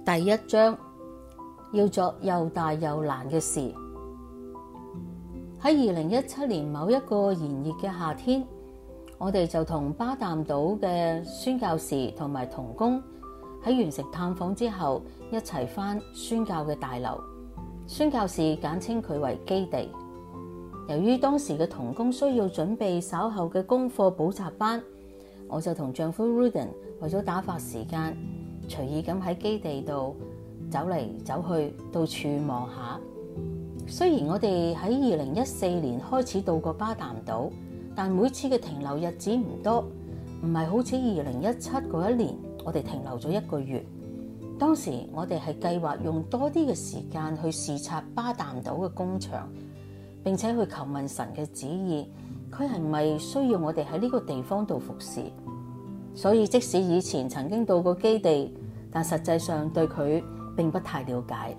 第一章，要作又大又難嘅事。喺2017年某一個炎熱嘅夏天，我哋就同巴淡島嘅宣教士同埋同工喺完成探訪之後，一齊返宣教嘅大樓。宣教士簡稱佢為基地。由於當時嘅同工需要準備稍後嘅功課補習班，我就同丈夫 Ruden 為咗打發時間，隨意咁喺基地度走嚟走去，到處望下。雖然我哋喺2014年開始到過巴淡島，但每次嘅停留日子唔多，唔係好似2017嗰一年，我哋停留咗1個月。當時我哋係計劃用多啲嘅時間去視察巴淡島嘅工場，並且去求問神嘅旨意，佢係咪需要我哋喺呢個地方度服侍。所以即使以前曾經到過基地，但實際上對佢並不太了解。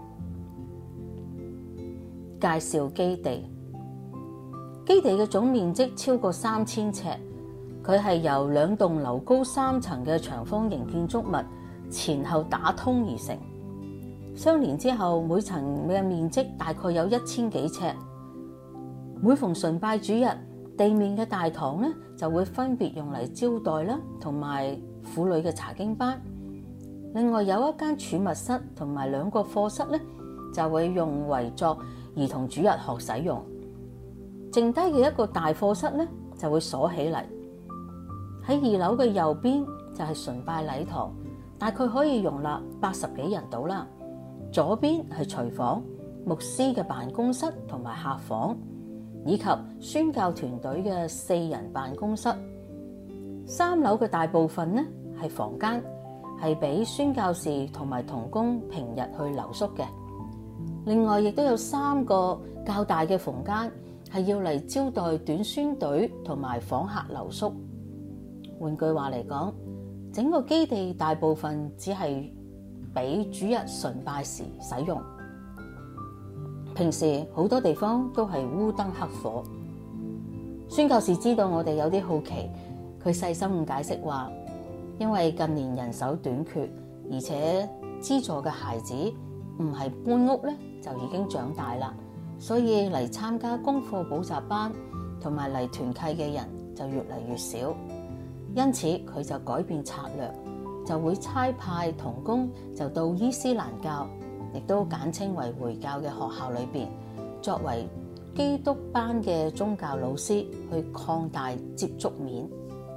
介紹基地。基地嘅總面積超過3000尺，佢係由2棟樓高3層嘅長方形建築物前後打通而成。相連之後，每層嘅面積大概有1000幾尺。每逢崇拜主日，地面嘅大堂咧就會分別用嚟招待啦，同埋婦女嘅查經班。另外有一間儲物室同埋2個課室咧，就會用為作兒童主日學使用。剩低嘅一個大課室咧就會鎖起嚟。喺2樓嘅右邊就係崇拜禮堂，大概可以容納80幾人到啦。左邊係廚房、牧師嘅辦公室同埋客房，以及宣教團隊嘅4人辦公室。3樓嘅大部分呢係房間，係俾宣教士同埋同工平日去留宿嘅。另外亦都有3個較大嘅房間，係要嚟招待短宣隊同埋訪客留宿。換句話嚟講，整個基地大部分只係俾主日崇拜時使用。平時好多地方都係烏燈黑火。宣教士知道我哋有啲好奇，佢細心咁解釋話，因為近年人手短缺，而且資助嘅孩子唔係搬屋咧就已經長大啦，所以嚟參加功課補習班同埋嚟團契嘅人就越嚟越少。因此佢就改變策略，就會差派同工就到伊斯蘭教，亦都簡稱為回教嘅學校裏邊，作為基督班嘅宗教老師去擴大接觸面。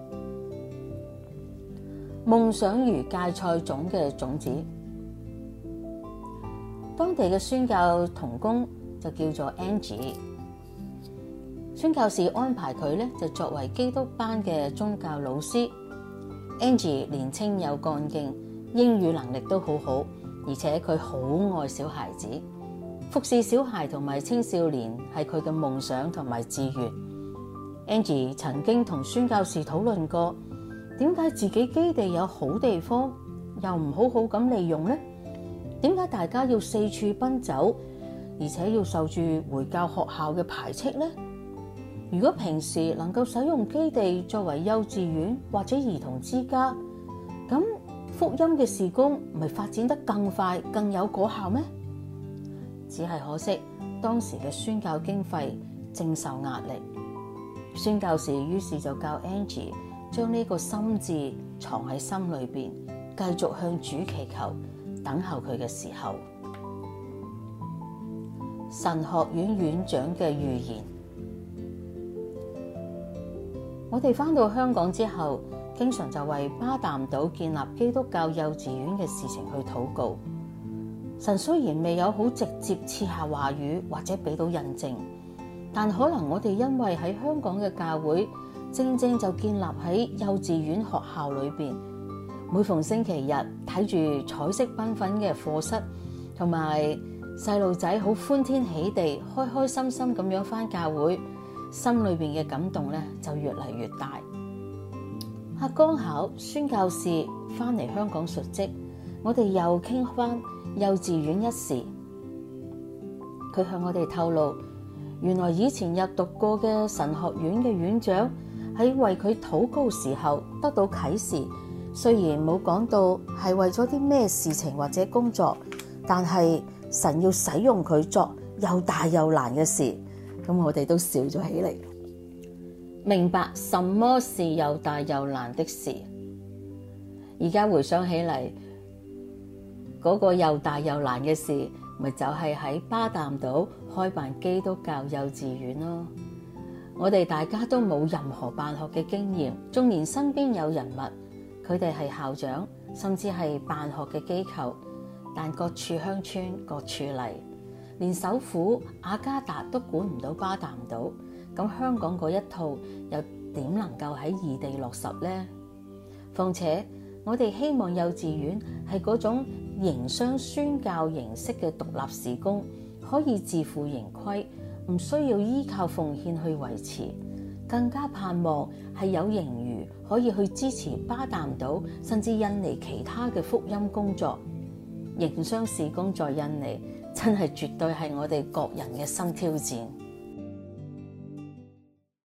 夢想如芥菜種嘅種子。當地嘅宣教同工就叫做 Angie， 宣教士安排佢咧就作為基督班嘅宗教老師。Angie 年青有幹勁，英語能力都好好，而且佢好愛小孩子，服侍小孩同埋青少年係佢嘅夢想同埋志願。Angie 曾經同宣教士討論過，點解自己基地有好地方，又唔好好咁利用呢？點解大家要四處奔走，而且要受住回教學校嘅排斥呢？如果平時能夠使用基地作為幼稚園或者兒童之家，咁福音嘅事工咪發展得更快、更有果效咩？只係可惜當時嘅宣教經費正受壓力，宣教士於是就教 Angie 將呢個心志藏喺心裏邊，繼續向主祈求，等候佢嘅時候。神學院院長嘅預言。我哋返到香港之後，經常就為巴淡島建立基督教幼稚園嘅事情去禱告。神雖然未有好直接賜下話語或者俾到印證，但可能我哋因為喺香港嘅教會正正就建立喺幼稚園學校裏邊，每逢星期日睇住彩色繽紛嘅課室，同埋細路仔好歡天喜地、開開心心咁樣返教會，心裏邊嘅感動咧就越嚟越大。剛巧宣教士翻嚟香港述職，我哋又傾翻幼稚園一事。佢向我哋透露，原來以前入讀過嘅神學院嘅院長喺為佢禱告時候得到啟示， 雖然冇講到係為咗啲咩事情或者工作，但係神要使用佢作又大又難嘅事，咁我哋都笑咗起嚟。明白什麼是又大又難的事。而家回想起嚟，嗰個又大又難嘅事，咪就係喺巴淡島開辦基督教幼稚園咯。我哋大家都冇任何辦學嘅經驗，縱然身邊有人物，佢哋係校長，甚至係辦學嘅機構，但各處鄉村各處例，連首府雅加達都管唔到巴淡島，咁香港嗰一套又點能夠喺異地落實呢？況且我哋希望幼稚園係嗰種營商宣教形式嘅獨立事工，可以自負盈虧，唔需要依靠奉獻去維持，更加盼望係有盈餘可以去支持巴淡島甚至印尼其他嘅福音工作。營商事工在印尼真係絕對係我哋各人嘅新挑戰。